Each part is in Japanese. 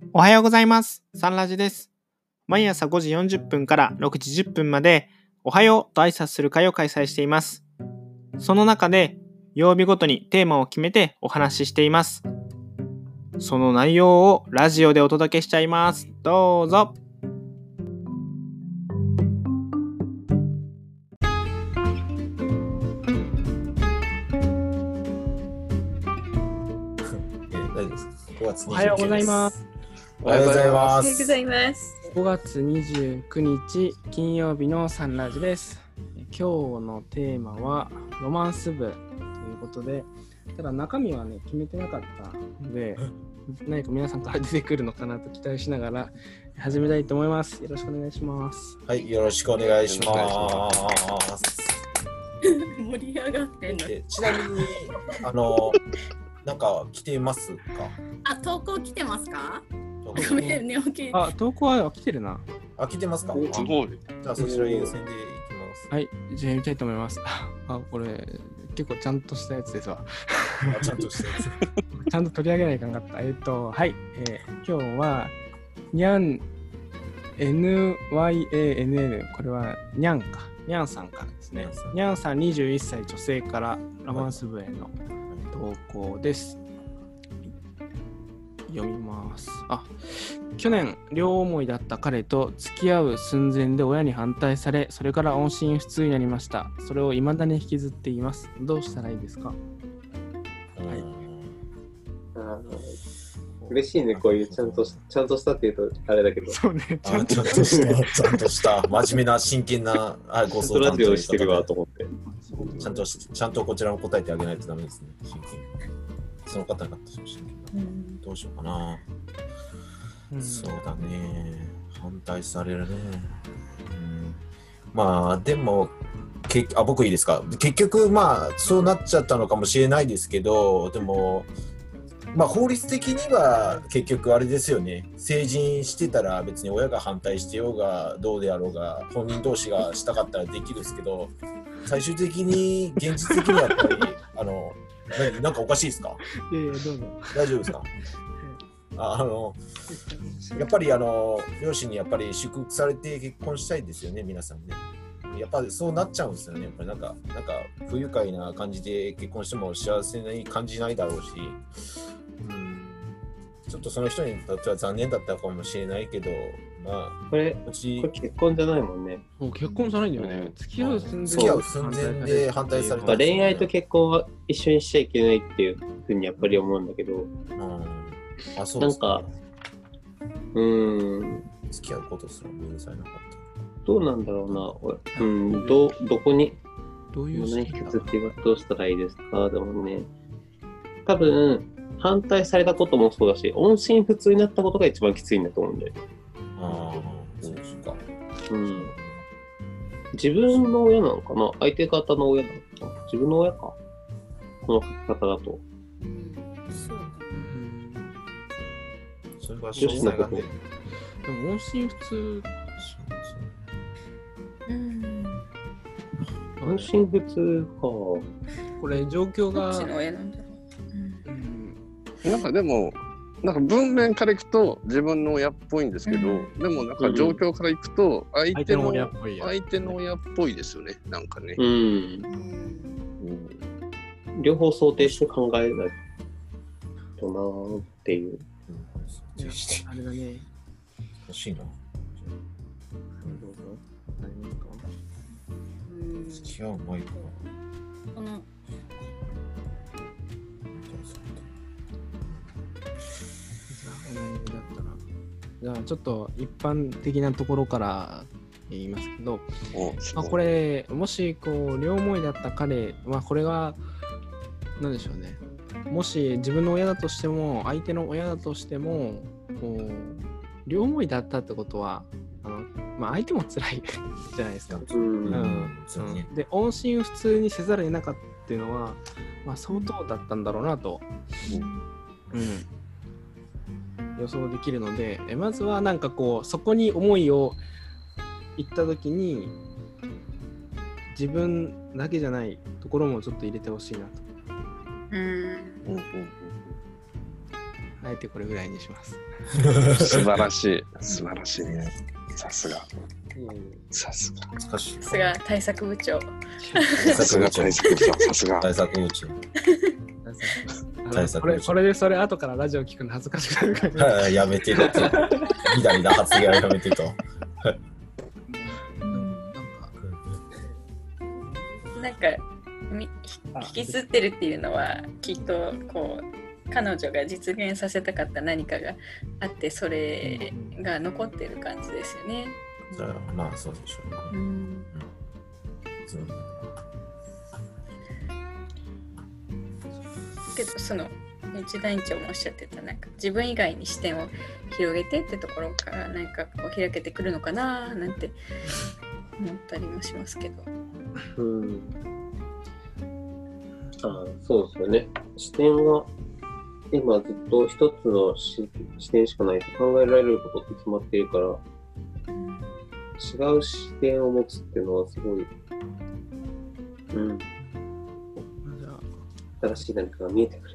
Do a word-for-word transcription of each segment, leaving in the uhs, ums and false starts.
おはようございます。サンラジです。毎朝ごじよんじゅっぷんからろくじじゅっぷんまでおはようと挨拶する会を開催しています。その中で曜日ごとにテーマを決めてお話ししています。その内容をラジオでお届けしちゃいます。どうぞ。おはようございます。 おはようございます。 おはようございます。 ごがつにじゅうくにち金曜日のサンラジです。今日のテーマはロマンス部ということで、ただ中身はね決めてなかったので、何か皆さんから出てくるのかなと期待しながら始めたいと思います。よろしくお願いします。 はい、よろしくお願いします。 盛り上がってんの。 ちなみにあのなんか来てますか？ あ、投稿来てますか？ごめん、寝起き。 あ、投稿は来てるな。 あ、来てますか？ すごい。 じゃあそちら優先でいきます。 はい、じゃあやりたいと思います。あ、これ結構ちゃんとしたやつですわ。 あ、ちゃんとしたやつ。 ちゃんと取り上げないかんかった。えっと、はい、えー、今日はにゃん エヌワイエーエヌエヌ、これはにゃんか。にゃんさんからですね。にゃんさんにじゅういっさい女性からロマンス部への投稿です。読みます。あ、去年両思いだった彼と付き合う寸前で親に反対され、それから音信不通になりました。それを未だに引きずっています。どうしたらいいですか？はい。 あの嬉しいね、こういうちゃんとちゃんとしたっていうとあれだけど。 そうね。 ちゃんとしたちゃんとした真面目な真剣なご相談をしてるわと思って。 ちゃんとちゃんとこちらも答えてあげないとダメですね。真剣。その方が真剣。どうしようかな、うん、そうだね、反対されるね、うん、まあでもけあ僕いいですか。結局まあそうなっちゃったのかもしれないですけど、でもまあ法律的には結局あれですよね、成人してたら別に親が反対してようがどうであろうが本人同士がしたかったらできるんですけど、最終的に現実的にはやっぱりあの何なんかおかしいですか？ いやいや、どうぞ。 大丈夫ですか？ああのやっぱりあの両親にやっぱり祝福されて結婚したいですよね、皆さんね。やっぱりそうなっちゃうんですよね。やっぱりなんかなんか不愉快な感じで結婚しても幸せに感じないだろうし、うん、ちょっとその人にとっては残念だったかもしれないけど、まあこれこれ結婚じゃないもんね。 もう結婚じゃないんだよね。付き合う寸前付き合う寸前で反対された、 ね。恋愛と結婚は一緒にしちゃいけないっていうふうにやっぱり思うんだけど、うん、 あ、そうですね、 なんかうーん付き合うことすら許されなかった。 どうなんだろうな、うん、どどこにどういう何一つって言われてどうしたらいいですか？でもね、多分反対されたこともそうだし、音信不通になったことが一番きついんだと思うんだよ。 ああ、そうですか。 うん。自分の親なのかな？相手方の親なのかな？自分の親か。この書き方だと。 うん、そうだ。 それが詳細がね。 でも音信不通。 うん。 音信不通か。 これ状況が。 どっちの親なんだろう。 うん、なんかでも。なんか文面からいくと自分の親っぽいんですけど、うん、でもなんか状況からいくと相手の相手の親っぽいですよね、なんかね、 うんうん、両方想定して考えないとなーっていう、 うん、あれだね、 欲しいな。 何か付き合う前かこのだったらじゃあちょっと一般的なところから言いますけど、まあ、これもしこう両思いだった彼、まあ、これが何でしょうね、もし自分の親だとしても相手の親だとしてもこう両思いだったってことはあの、まあ、相手も辛いじゃないですか。うん、うん、で音信不通にせざるを得なかったっていうのは、まあ、相当だったんだろうなと、うんうん、予想できるので、えまずはなんかこうそこに思いを言った時に自分だけじゃないところもちょっと入れてほしいなと。 うん。 はあえてこれぐらいにします。 素晴らしい、素晴らしいね。さすが。さすが。 難しい。 さすが対策部長。 さすが対策部長。さすが。 対策部長。 対策これこれでそれ後からラジオ聞くの恥ずかしくなるから、 ね、やめてと。みだみだ発言はやめてと。 なんかみ引きずってるっていうのはきっとこう彼女が実現させたかった何かがあってそれが残ってる感じですよね。 じゃあまあそうでしょうね。うんうん、そうけどその一団長もおっしゃってたなんか自分以外に視点を広げてってところからなんかこう開けてくるのかななんて思ったりもしますけど。 うん。あ、そうですよね。視点が今ずっと一つの視点しかないと考えられることって決まっているから、うん、違う視点を持つっていうのはすごい、うん。新しい何かが見えてくる。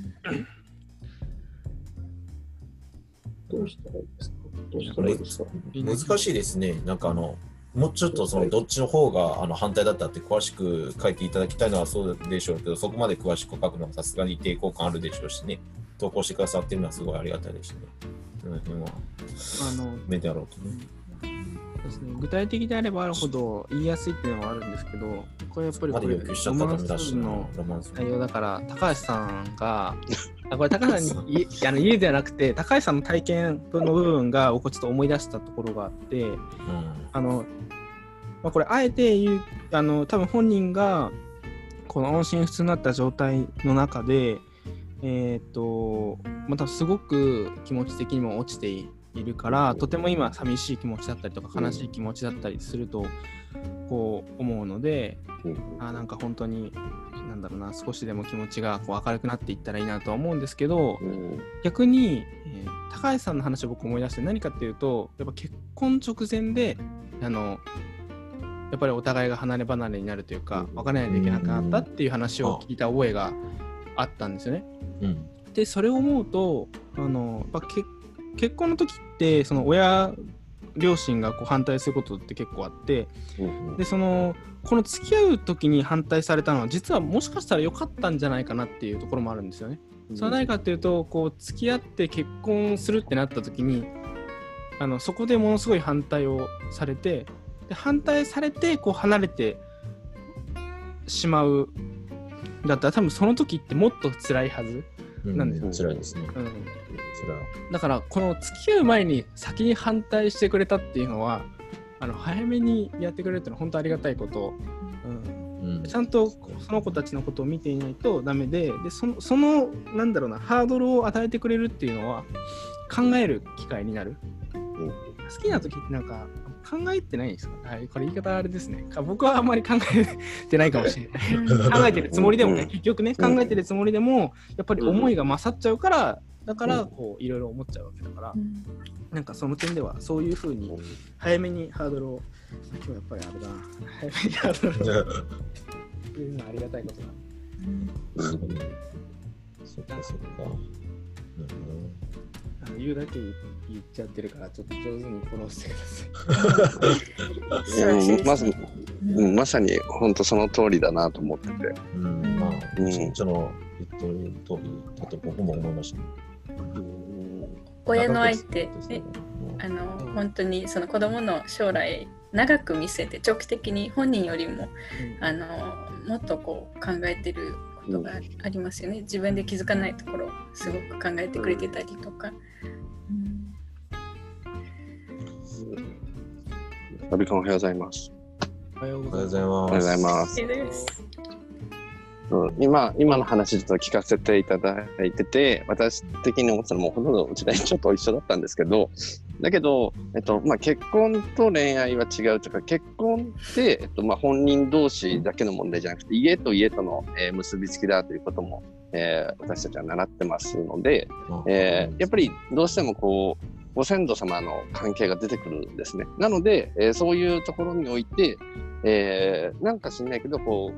どうしたらいいですか？どうしたらいいですか？ 難しいですね。なんかあのもうちょっとそのどっちの方があの反対だったって詳しく書いていただきたいのはそうでしょうけど、そこまで詳しく書くのはさすがに抵抗感あるでしょうしね。投稿してくださってるのはすごいありがたいですね。その辺はあの目であろうとね。 ですね、具体的であればあるほど言いやすいっていうのはあるんですけど、これやっぱりこれロマンスの内容だから高橋さんがあこれ高橋さんにあの家ではなくて高橋さんの体験の部分が僕ちょっと思い出したところがあって、うん、あのまあ、これあえて言うあの多分本人がこの音信不通になった状態の中でえー、っとまたすごく気持ち的にも落ちているからとても今寂しい気持ちだったりとか悲しい気持ちだったりするとこう思うので、うん、あなんか本当になんだろうな少しでも気持ちがこう明るくなっていったらいいなとは思うんですけど、うん、逆に、えー、高橋さんの話を僕思い出して何かっていうとやっぱ結婚直前であのやっぱりお互いが離れ離れになるというか別れないといけなくなったっていう話を聞いた覚えがあったんですよね。うん、でそれを思うとあのやっぱけ結婚の時ってその親両親がこう反対することって結構あって、うんうん、でそのこの付き合う時に反対されたのは実はもしかしたら良かったんじゃないかなっていうところもあるんですよね。うん、それは何かっていうとこう付き合って結婚するってなった時にあのそこでものすごい反対をされてで反対されてこう離れてしまうだったら多分その時ってもっと辛いはずなんですよ、 うん、辛いですね、うん、 だからこの付き合う前に先に反対してくれたっていうのはあの早めにやってくれるっていうのは本当ありがたいこと、うんうん、ちゃんとその子たちのことを見ていないとダメで、でその、そのなんだろうなハードルを与えてくれるっていうのは考える機会になる、うん、好きな時ってなんか考えてないんですか？はい、これ言い方あれですね。僕はあんまり考えてないかもしれない考えてるつもりでもね、結局ね考えてるつもりでもやっぱり思いが勝っちゃうからだからこういろいろ思っちゃうわけだから、うん、なんかその点ではそういう風に早めにハードルを今日やっぱりあれだな早めにハードルをいうのはありがたいことだ、うん、そっかそっか、うん、言うだけ言っちゃってるからちょっと上手にフォローしてください。 うん、まず、うん、まさに本当その通りだなと思ってて、 うん、まあ、うん、その言ってる通りだと僕も思いました、ね。 親の愛って、ね、あの本当にその子供の将来長く見せて長期的に本人よりも、うん、あのもっとこう考えてることがありますよね。自分で気づかないところをすごく考えてくれてたりとか。 ラビコンおはようございます。 おはようございます。 おはようございます。うん、今, 今の話ちょっと聞かせていただいてて、私的に思ったのもほとんどうちらちょっと一緒だったんですけど、だけど、えっとまあ、結婚と恋愛は違うというか、結婚って、えっとまあ、本人同士だけの問題じゃなくて、家と家との、えー、結びつきだということも、えー、私たちは習ってますので、えー、やっぱりどうしてもこうご先祖様の関係が出てくるんですね。なので、えー、そういうところにおいて、えー、なんか知んないけどこう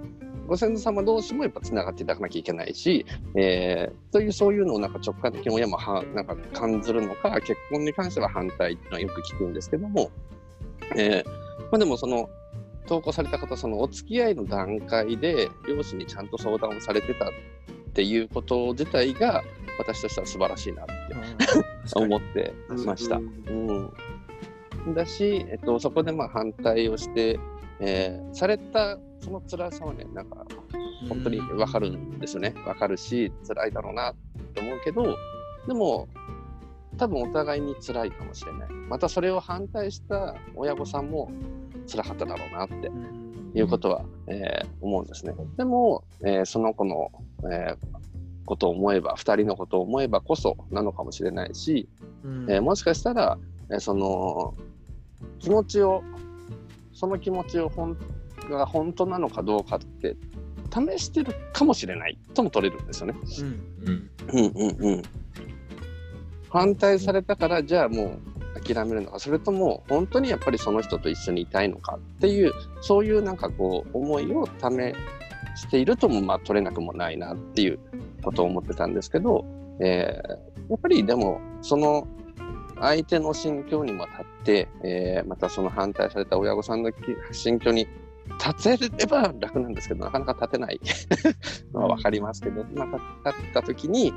ご先祖様同士もやっぱつながっていただかなきゃいけないし、えー、というそういうのをなんか直感的に親もはなんか感じるのか、結婚に関しては反対っていうのはよく聞くんですけども、えーまあ、でもその投稿された方、そのお付き合いの段階で両親にちゃんと相談をされてたっていうこと自体が私としては素晴らしいなって思ってました。うんうん、だし、えっと、そこでまあ反対をして、えー、されたその辛さはね、なんか本当に分かるんですよね。分かるし辛いだろうなって思うけど、でも多分お互いに辛いかもしれない。またそれを反対した親御さんも辛かっただろうなっていうことは、えー、思うんですね。でも、えー、その子の、えー、ことを思えば、ふたりのことを思えばこそなのかもしれないし、うんえー、もしかしたら、えー、その気持ちをその気持ちをほんが本当なのかどうかって試してるかもしれないとも取れるんですよね。うんうんうんうん、反対されたからじゃあもう諦めるのか、それとも本当にやっぱりその人と一緒にいたいのかっていう、そういうなんかこう思いを試しているともまあ取れなくもないなっていうことを思ってたんですけど、えー、やっぱりでもその相手の心境にも立って、えー、またその反対された親御さんの心境に立てれば楽なんですけど、なかなか立てないのは分かりますけど、また立った時に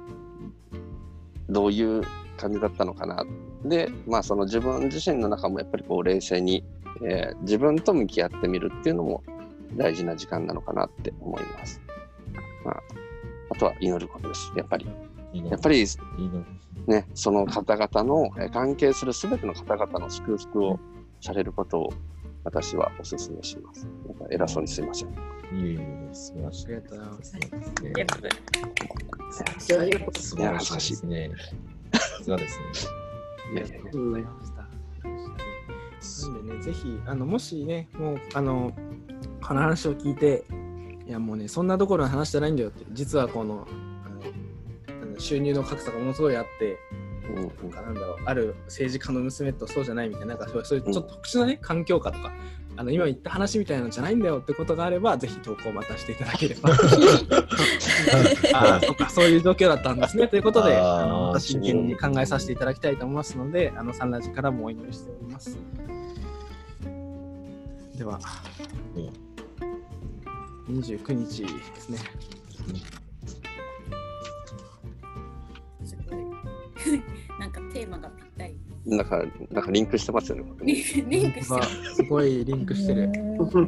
どういう感じだったのかな。で、まあその自分自身の中もやっぱりこう冷静に、えー、自分と向き合ってみるっていうのも大事な時間なのかなって思います。まあ、あとは祈ることです。やっぱり。やっぱりね、その方々の関係するすべての方々の祝福をされることを私はお勧めします。なんか偉そうにすいません。 いえいえ、素晴らしい。 ありがとうございます。ありがとうございます。 素晴らしいですね。さすがですね。 ありがとうございました。なんでね、ぜひあのもしね、もうあのこの話を聞いて、いやもうねそんなところの話じゃないんだよって、実はこの収入の格差がものすごいあって、うん、なんかなんだろう、ある政治家の娘とそうじゃないみたいな、なんかそういうちょっと特殊なね、環境下とか、あの今言った話みたいなのじゃないんだよってことがあれば、ぜひ投稿をまたしていただければ。あそうか、そういう状況だったんですねということで、あの真剣に考えさせていただきたいと思いますので、あのサンラジからもお祈りしております。では、うん、にじゅうくにちですね。 なんかテーマがぴったり。 なんか、なんかリンクしてますよね。 リンクしてる。 すごいリンクしてる。 あ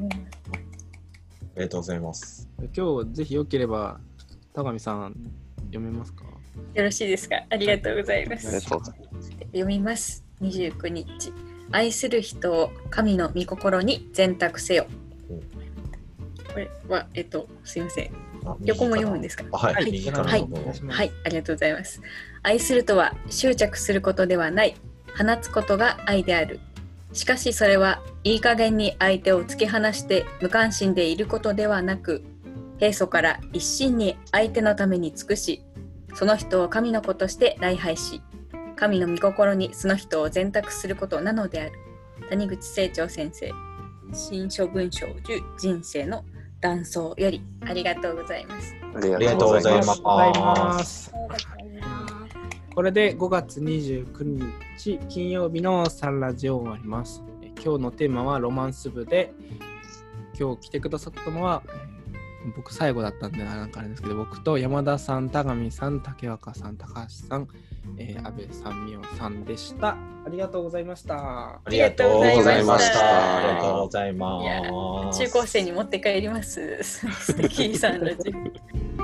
りがとうございます。 今日ぜひよければ田上さん読めますか？ よろしいですか？ありがとうございます。はい、読みます。にじゅうくにち。愛する人を神の御心に全託せよ。うん、これはえっとすいません。横も読むんですか？ はい、はい、 はい、はい、ありがとうございます。愛するとは執着することではない、放つことが愛である。しかしそれはいい加減に相手を突き放して無関心でいることではなく、平素から一心に相手のために尽くし、その人を神の子として礼拝し、神の御心にその人を全託することなのである。谷口清張先生、新書文章じゅう人生の断層より。ありがとうございます。 ありがとうございます。 これでごがつにじゅうくにち金曜日のサンラジオを終わります。今日のテーマはロマンス部で、今日来てくださったのは僕最後だったんでなんかあれですけど、僕と山田さん、田上さん、竹若さん、高橋さん、えー、安部さん、みおさんでした。ありがとうございました。 ありがとうございました。ありがとうございます。 中高生に持って帰ります。素敵サンラジオ。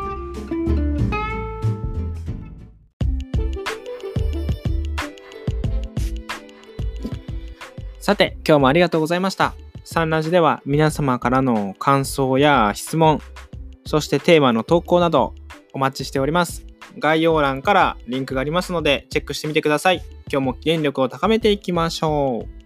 さて、今日もありがとうございました。サンラジでは皆様からの感想や質問、そしてテーマの投稿などお待ちしております。概要欄からリンクがありますのでチェックしてみてください。今日も記念力を高めていきましょう。